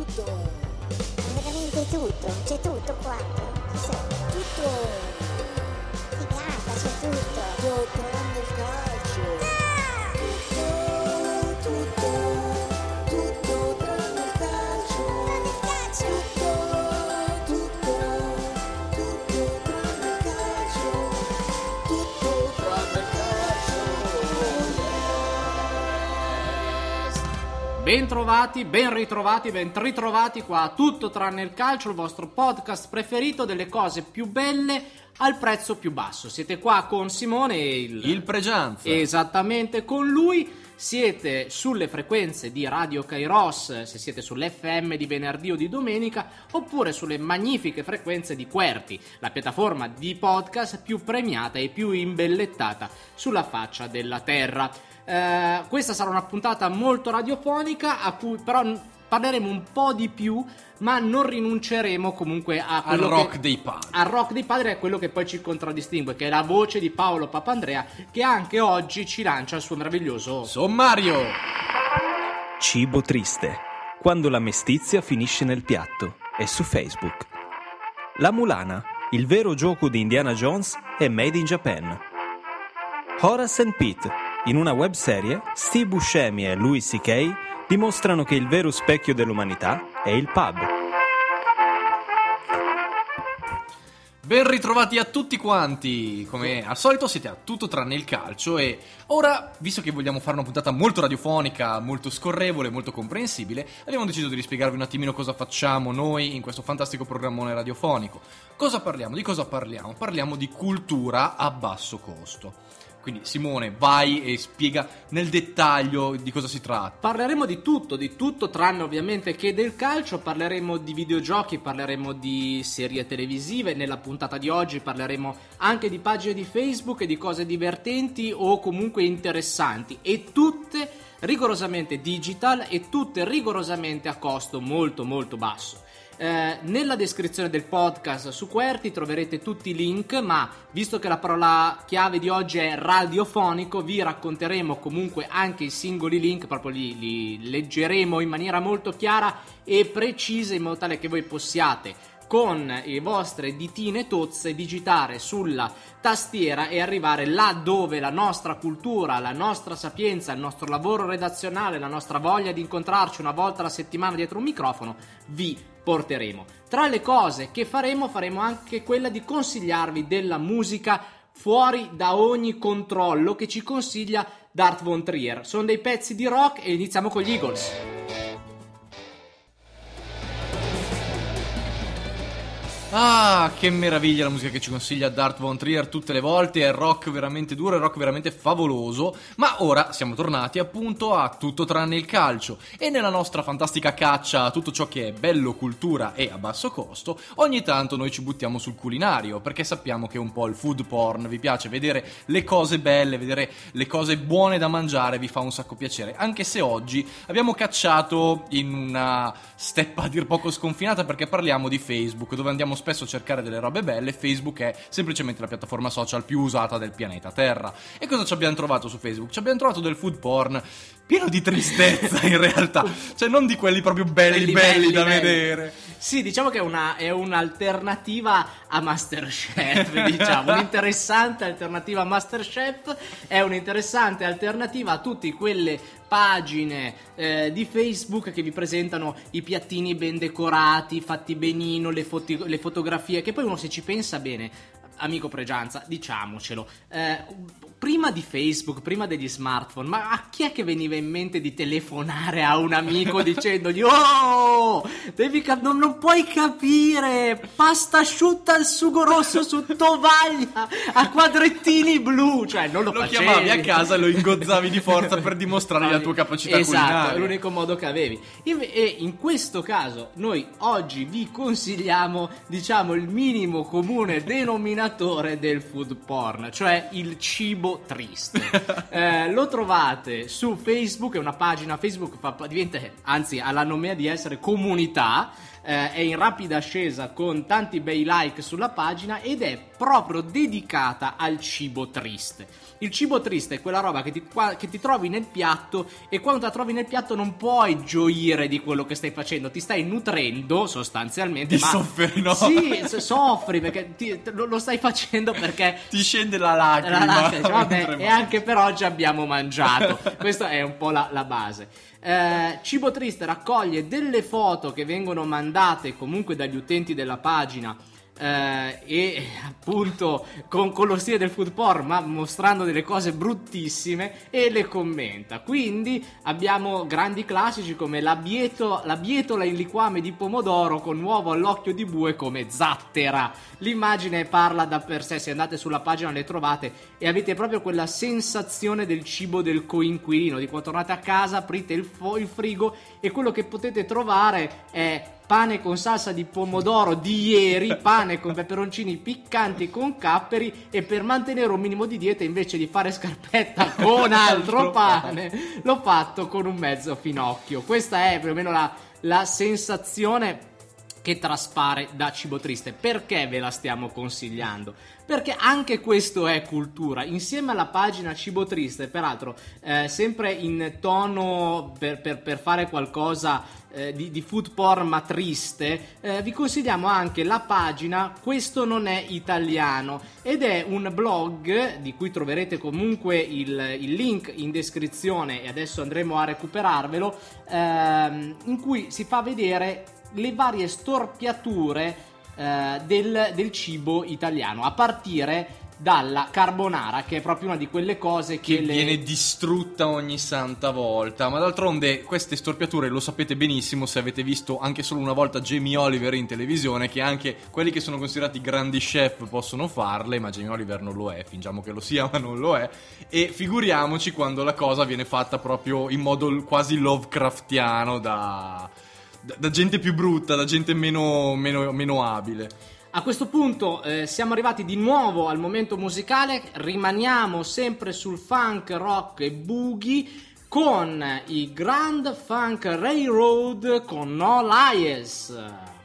tutto. Veramente tutto, c'è tutto qua. C'è tutto. Figata, c'è tutto. Tutto tranne il calcio. Tutto tranne il calcio. Tranne il calcio. Tutto tranne il calcio. Tutto tranne il calcio. Bentrovati, ben ritrovati qua a Tutto tranne il calcio, il vostro podcast preferito delle cose più belle al prezzo più basso. Siete qua con Simone, il Pregianza. Esattamente, con lui. Siete sulle frequenze di Radio Kairos, se siete sull'FM di venerdì o di domenica, oppure sulle magnifiche frequenze di Querti, la piattaforma di podcast più premiata e più imbellettata sulla faccia della terra. Questa sarà una puntata molto radiofonica, a cui però parleremo un po' di più, ma non rinunceremo comunque a al rock dei padri. Al rock dei padri è quello che poi ci contraddistingue, che è la voce di Paolo Papandrea, che anche oggi ci lancia il suo meraviglioso sommario. Cibo triste, quando la mestizia finisce nel piatto, è su Facebook. La Mulana, il vero gioco di Indiana Jones, è made in Japan. Horace and Pete, in una webserie, Steve Buscemi e Louis C.K. dimostrano che il vero specchio dell'umanità è il pub. Ben ritrovati a tutti quanti, come al solito siete a Tutto tranne il calcio e ora, visto che vogliamo fare una puntata molto radiofonica, molto scorrevole, molto comprensibile, abbiamo deciso di rispiegarvi un attimino cosa facciamo noi in questo fantastico programmone radiofonico. Cosa parliamo? Di cosa parliamo? Parliamo di cultura a basso costo. Quindi Simone, vai e spiega nel dettaglio di cosa si tratta. Parleremo di tutto tranne ovviamente che del calcio. Parleremo di videogiochi, parleremo di serie televisive. Nella puntata di oggi parleremo anche di pagine di Facebook e di cose divertenti o comunque interessanti, e tutte rigorosamente digital e tutte rigorosamente a costo molto molto basso. Nella descrizione del podcast su Querti troverete tutti i link, ma visto che la parola chiave di oggi è radiofonico, vi racconteremo comunque anche i singoli link, proprio li leggeremo in maniera molto chiara e precisa, in modo tale che voi possiate con le vostre ditine tozze digitare sulla tastiera e arrivare là dove la nostra cultura, la nostra sapienza, il nostro lavoro redazionale, la nostra voglia di incontrarci una volta alla settimana dietro un microfono vi porteremo. Tra le cose che faremo anche quella di consigliarvi della musica fuori da ogni controllo che ci consiglia Dart Von Trier. Sono dei pezzi di rock e iniziamo con gli Eagles. Ah, che meraviglia la musica che ci consiglia Dart Von Trier tutte le volte, è rock veramente duro, è rock veramente favoloso, ma ora siamo tornati appunto a Tutto tranne il calcio e nella nostra fantastica caccia a tutto ciò che è bello, cultura e a basso costo, ogni tanto noi ci buttiamo sul culinario, perché sappiamo che un po' il food porn vi piace, vedere le cose belle, vedere le cose buone da mangiare vi fa un sacco piacere, anche se oggi abbiamo cacciato in una steppa a dir poco sconfinata, perché parliamo di Facebook, dove andiamo spesso a cercare delle robe belle. Facebook è semplicemente la piattaforma social più usata del pianeta Terra. E cosa ci abbiamo trovato su Facebook? Ci abbiamo trovato del food porn pieno di tristezza in realtà, cioè non di quelli proprio belli da vedere. Sì, diciamo che è un'alternativa a MasterChef, diciamo, un'interessante alternativa a MasterChef, è un'interessante alternativa a tutte quelle pagine di Facebook che vi presentano i piattini ben decorati, fatti benino, le fotografie, che poi uno, se ci pensa bene, amico Pregianza, diciamocelo, prima di Facebook, prima degli smartphone, ma a chi è che veniva in mente di telefonare a un amico dicendogli oh, non puoi capire, pasta asciutta al sugo rosso su tovaglia a quadrettini blu, cioè non lo facevi. Lo chiamavi a casa e lo ingozzavi di forza per dimostrare la tua capacità culinaria. Esatto, è l'unico modo che avevi. E in questo caso noi oggi vi consigliamo, diciamo, il minimo comune denominatore coordinatore del food porn, cioè il cibo triste. Lo trovate su Facebook, è una pagina Facebook, diventa, anzi ha la nomea di essere comunità, è in rapida ascesa con tanti bei like sulla pagina ed è proprio dedicata al cibo triste. Il cibo triste è quella roba che ti trovi nel piatto e quando la trovi nel piatto non puoi gioire di quello che stai facendo, ti stai nutrendo sostanzialmente. Soffri, no? Sì, soffri perché lo stai facendo perché ti scende la lacrima. Dice, vabbè, e anche per oggi abbiamo mangiato. Questa è un po' la base. Cibo Triste raccoglie delle foto che vengono mandate comunque dagli utenti della pagina, e appunto con lo stile del food porn, ma mostrando delle cose bruttissime, e le commenta. Quindi abbiamo grandi classici come la bietola in liquame di pomodoro con uovo all'occhio di bue come zattera. L'immagine parla da per sé, se andate sulla pagina le trovate e avete proprio quella sensazione del cibo del coinquilino, di quando tornate a casa, aprite il frigo e quello che potete trovare è pane con salsa di pomodoro di ieri, pane con peperoncini piccanti con capperi, e per mantenere un minimo di dieta invece di fare scarpetta con altro pane l'ho fatto con un mezzo finocchio. Questa è più o meno la sensazione che traspare da Cibo Triste. Perché ve la stiamo consigliando? Perché anche questo è cultura. Insieme alla pagina Cibo Triste, peraltro sempre in tono per fare qualcosa di food porn ma triste, vi consigliamo anche la pagina Questo non è italiano, ed è un blog di cui troverete comunque il link in descrizione, e adesso andremo a recuperarvelo, in cui si fa vedere le varie storpiature del cibo italiano, a partire dalla carbonara, che è proprio una di quelle cose che viene distrutta ogni santa volta. Ma d'altronde queste storpiature lo sapete benissimo se avete visto anche solo una volta Jamie Oliver in televisione, che anche quelli che sono considerati grandi chef possono farle, ma Jamie Oliver non lo è, fingiamo che lo sia ma non lo è, e figuriamoci quando la cosa viene fatta proprio in modo quasi Lovecraftiano da gente più brutta, da gente meno abile. A questo punto siamo arrivati di nuovo al momento musicale, rimaniamo sempre sul funk, rock e boogie con i Grand Funk Railroad con No Lies.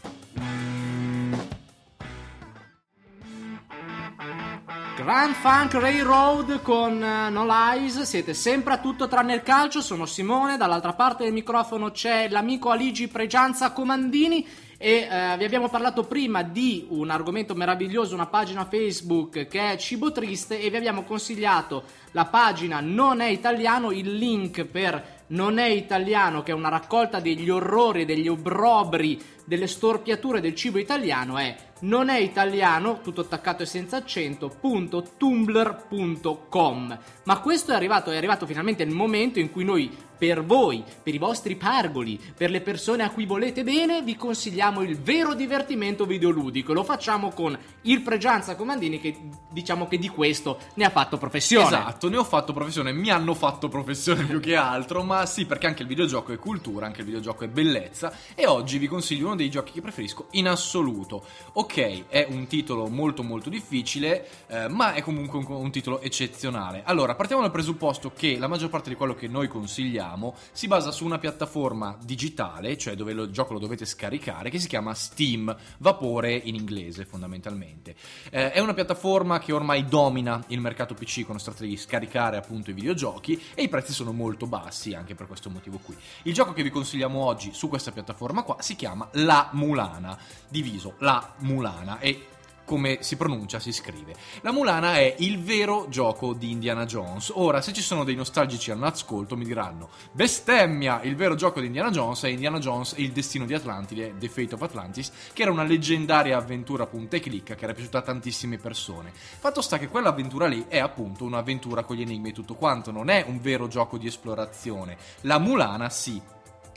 Grand Funk Railroad con No Lies, siete sempre a tutto tranne il calcio, sono Simone, dall'altra parte del microfono c'è l'amico Aligi Pregianza Comandini e vi abbiamo parlato prima di un argomento meraviglioso, una pagina Facebook che è Cibo Triste, e vi abbiamo consigliato la pagina Non è Italiano, il link per Non è Italiano, che è una raccolta degli orrori, degli obbrobri, delle storpiature del cibo italiano, è Non è Italiano, tutto attaccato e senza accento, .tumblr.com. Ma questo è arrivato finalmente il momento in cui noi, per voi, per i vostri pargoli, per le persone a cui volete bene, vi consigliamo il vero divertimento videoludico. Lo facciamo con il Pregianza Comandini, che diciamo che di questo ne ha fatto professione. Esatto, ne ho fatto professione, mi hanno fatto professione più che altro, ma sì, perché anche il videogioco è cultura, anche il videogioco è bellezza, e oggi vi consiglio uno dei giochi che preferisco in assoluto. Ok, è un titolo molto molto difficile, ma è comunque un titolo eccezionale. Allora, partiamo dal presupposto che la maggior parte di quello che noi consigliamo si basa su una piattaforma digitale, cioè dove il gioco lo dovete scaricare, che si chiama Steam, vapore in inglese fondamentalmente. È una piattaforma che ormai domina il mercato PC quando si tratta di scaricare appunto i videogiochi, e i prezzi sono molto bassi anche per questo motivo qui. Il gioco che vi consigliamo oggi su questa piattaforma qua si chiama La Mulana, diviso La Mulana, e come si pronuncia, si scrive. La Mulana è il vero gioco di Indiana Jones. Ora, se ci sono dei nostalgici all'ascolto, mi diranno: bestemmia, il vero gioco di Indiana Jones è Indiana Jones e il destino di Atlantide, The Fate of Atlantis, che era una leggendaria avventura punta e clicca che era piaciuta a tantissime persone. Fatto sta che quell'avventura lì è appunto un'avventura con gli enigmi e tutto quanto, non è un vero gioco di esplorazione. La Mulana sì.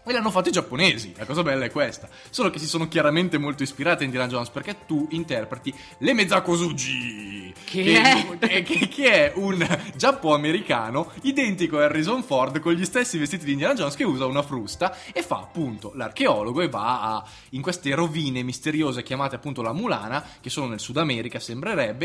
E l'hanno fatto i giapponesi, la cosa bella è questa. Solo che si sono chiaramente molto ispirati a Indiana Jones, perché tu interpreti le Mezakosuji, che è un giappo-americano identico a Harrison Ford, con gli stessi vestiti di Indiana Jones, che usa una frusta e fa appunto l'archeologo e va in queste rovine misteriose chiamate appunto la Mulana, che sono nel Sud America, sembrerebbe,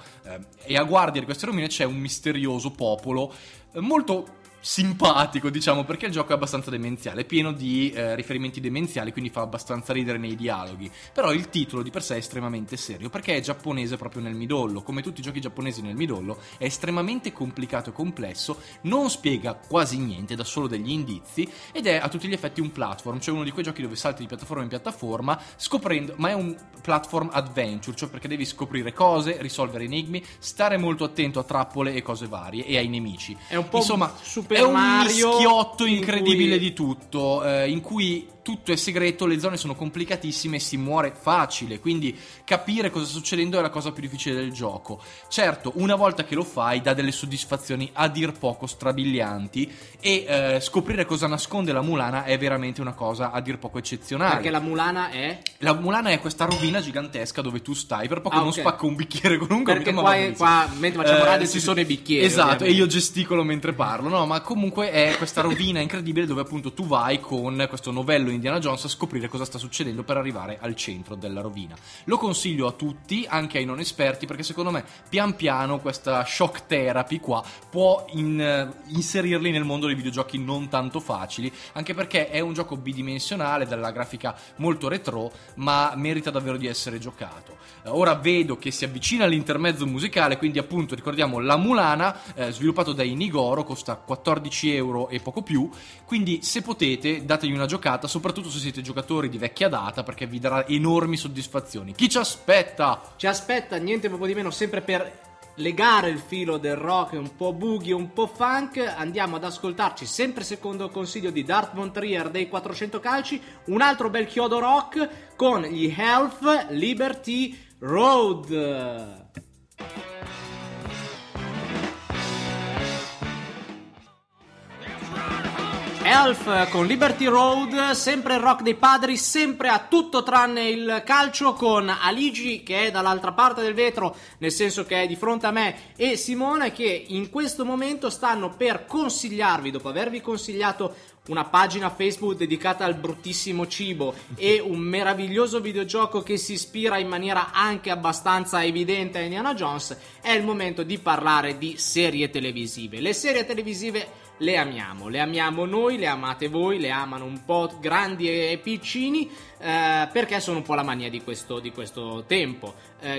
e a guardia di queste rovine c'è un misterioso popolo molto simpatico, diciamo, perché il gioco è abbastanza demenziale, pieno di riferimenti demenziali, quindi fa abbastanza ridere nei dialoghi. Però il titolo di per sé è estremamente serio, perché è giapponese proprio nel midollo. Come tutti i giochi giapponesi nel midollo, è estremamente complicato e complesso, non spiega quasi niente, dà solo degli indizi, ed è a tutti gli effetti un platform, cioè uno di quei giochi dove salti di piattaforma in piattaforma scoprendo, ma è un platform adventure, cioè perché devi scoprire cose, risolvere enigmi, stare molto attento a trappole e cose varie e ai nemici. È un po' insomma, Super è un Mario mischiotto incredibile in cui... di tutto, in cui tutto è segreto, le zone sono complicatissime e si muore facile, quindi capire cosa sta succedendo è la cosa più difficile del gioco. Certo, una volta che lo fai dà delle soddisfazioni a dir poco strabilianti, e scoprire cosa nasconde la Mulana è veramente una cosa a dir poco eccezionale. Perché la Mulana è? La Mulana è questa rovina gigantesca dove tu stai, per poco non spacco un bicchiere con un perché qua mentre facciamo radio ci sono i bicchieri, esatto, ovviamente. E io gesticolo mentre parlo, no, ma comunque è questa rovina incredibile dove appunto tu vai con questo novello Indiana Jones a scoprire cosa sta succedendo per arrivare al centro della rovina. Lo consiglio a tutti, anche ai non esperti, perché secondo me pian piano questa shock therapy qua può inserirli nel mondo dei videogiochi non tanto facili, anche perché è un gioco bidimensionale, dalla grafica molto retro, ma merita davvero di essere giocato. Ora vedo che si avvicina l'intermezzo musicale, quindi appunto ricordiamo la Mulana, sviluppato da Inigoro, costa 14 euro e poco più, quindi se potete dategli una giocata, soprattutto se siete giocatori di vecchia data, perché vi darà enormi soddisfazioni. Chi ci aspetta? Ci aspetta niente proprio di meno, sempre per legare il filo del rock, un po' boogie, un po' funk. Andiamo ad ascoltarci, sempre secondo il consiglio di Dart Von Trier dei 400 calci, un altro bel chiodo rock con gli Health Liberty Road. Elf con Liberty Road, sempre il rock dei padri, sempre a tutto tranne il calcio, con Aligi che è dall'altra parte del vetro, nel senso che è di fronte a me, e Simone che in questo momento stanno per consigliarvi, dopo avervi consigliato una pagina Facebook dedicata al bruttissimo cibo e un meraviglioso videogioco che si ispira in maniera anche abbastanza evidente a Indiana Jones, è il momento di parlare di serie televisive. Le serie televisive le amiamo noi, le amate voi, le amano un po' grandi e piccini, perché sono un po' la mania di questo tempo.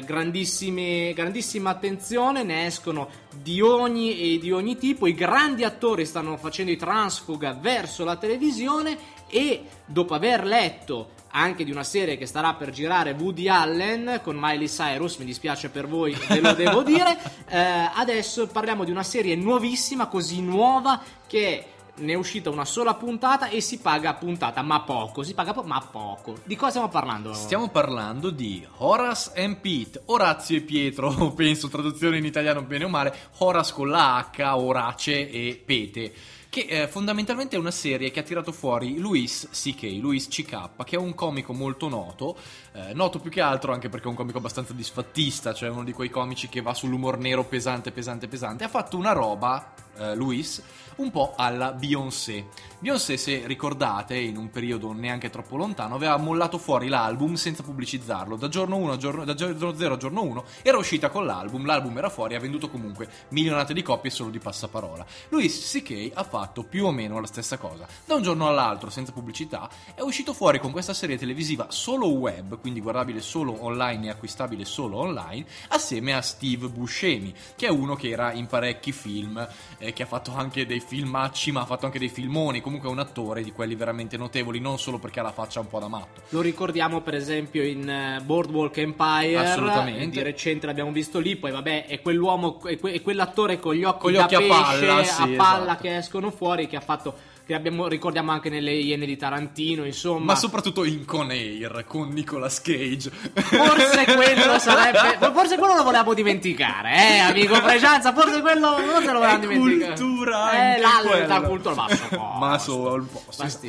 Grandissima attenzione, ne escono di ogni tipo. I grandi attori stanno facendo i transfuga verso la televisione, e dopo aver letto anche di una serie che starà per girare, Woody Allen con Miley Cyrus, mi dispiace per voi, ve lo devo dire, adesso parliamo di una serie nuovissima, così nuova che ne è uscita una sola puntata e si paga a puntata, ma poco, ma poco. Di cosa stiamo parlando? Stiamo parlando di Horace and Pete, Orazio e Pietro, penso, traduzione in italiano bene o male, Horace con la H, Orace e Pete, che fondamentalmente è una serie che ha tirato fuori Louis C.K., che è un comico molto noto più che altro anche perché è un comico abbastanza disfattista, cioè uno di quei comici che va sull'umor nero pesante. Ha fatto una roba, Louis, un po' alla Beyoncé, se ricordate, in un periodo neanche troppo lontano aveva mollato fuori l'album senza pubblicizzarlo, da giorno 0 a giorno 1 era uscita con l'album era fuori, ha venduto comunque milionate di copie solo di passaparola. Louis C.K. ha fatto più o meno la stessa cosa, da un giorno all'altro, senza pubblicità, è uscito fuori con questa serie televisiva solo web, quindi guardabile solo online e acquistabile solo online, assieme a Steve Buscemi, che è uno che era in parecchi film, che ha fatto anche dei filmacci, ma ha fatto anche dei filmoni, comunque è un attore di quelli veramente notevoli, non solo perché ha la faccia un po' da matto. Lo ricordiamo per esempio in Boardwalk Empire, assolutamente, di recente l'abbiamo visto lì, poi vabbè è quell'uomo, è quell'attore con gli occhi a pesce, palla, sì, a palla, esatto, che escono fuori, che ha fatto, che ricordiamo anche nelle Iene di Tarantino, insomma, ma soprattutto in Con Air con Nicolas Cage. Forse quello lo volevamo dimenticare, amico Fregianza, forse quello non se lo volevamo dimenticare. Cultura, l'alta cultura, ma solo il posto.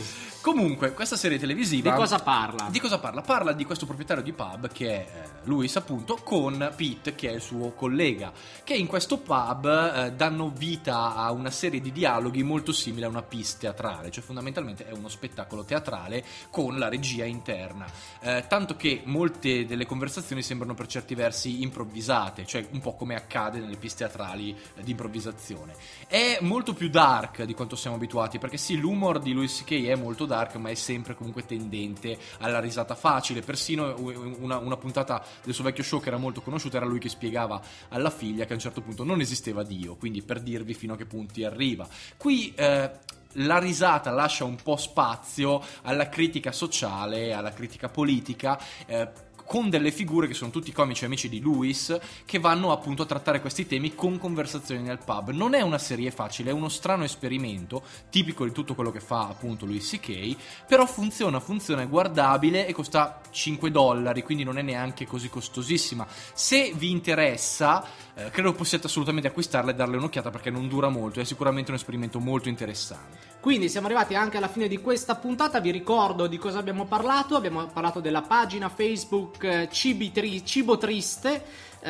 Comunque, questa serie televisiva... Di cosa parla? Di cosa parla? Parla di questo proprietario di pub che è Louis, appunto, con Pete, che è il suo collega, che in questo pub danno vita a una serie di dialoghi molto simili a una pièce teatrale, cioè fondamentalmente è uno spettacolo teatrale con la regia interna, tanto che molte delle conversazioni sembrano per certi versi improvvisate, cioè un po' come accade nelle pièce teatrali di improvvisazione. È molto più dark di quanto siamo abituati, perché sì, l'humor di Louis C.K. è molto dark, ma è sempre comunque tendente alla risata facile. Persino una puntata del suo vecchio show che era molto conosciuta era lui che spiegava alla figlia che a un certo punto non esisteva Dio, quindi per dirvi fino a che punti arriva. Qui la risata lascia un po' spazio alla critica sociale, alla critica politica, con delle figure che sono tutti comici amici di Louis, che vanno appunto a trattare questi temi con conversazioni nel pub. Non è una serie facile, è uno strano esperimento tipico di tutto quello che fa appunto Louis C.K., però funziona, è guardabile e costa $5, quindi non è neanche così costosissima. Se vi interessa, credo possiate assolutamente acquistarla e darle un'occhiata, perché non dura molto, è sicuramente un esperimento molto interessante. Quindi siamo arrivati anche alla fine di questa puntata. Vi ricordo di cosa abbiamo parlato della pagina Facebook Cibo Triste,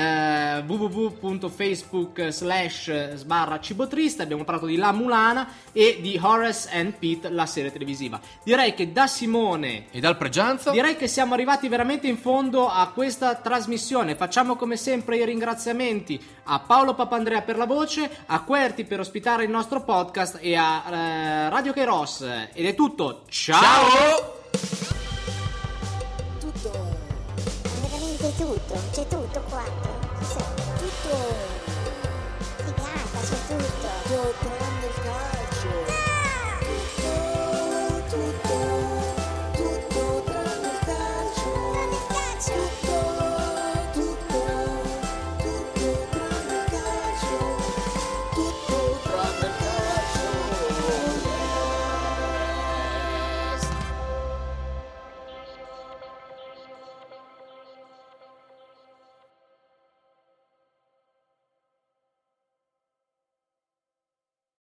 www.facebook/Cibo Triste. Abbiamo parlato di La Mulana e di Horace and Pete, la serie televisiva. Direi che da Simone e dal Pregianza direi che siamo arrivati veramente in fondo a questa trasmissione. Facciamo come sempre i ringraziamenti a Paolo Papandrea per la voce, a Querti per ospitare il nostro podcast e a Radio Kairos. Ed è tutto, ciao! Tutto, c'è tutto qua, tutto, figata, c'è tutto, tranne il calcio.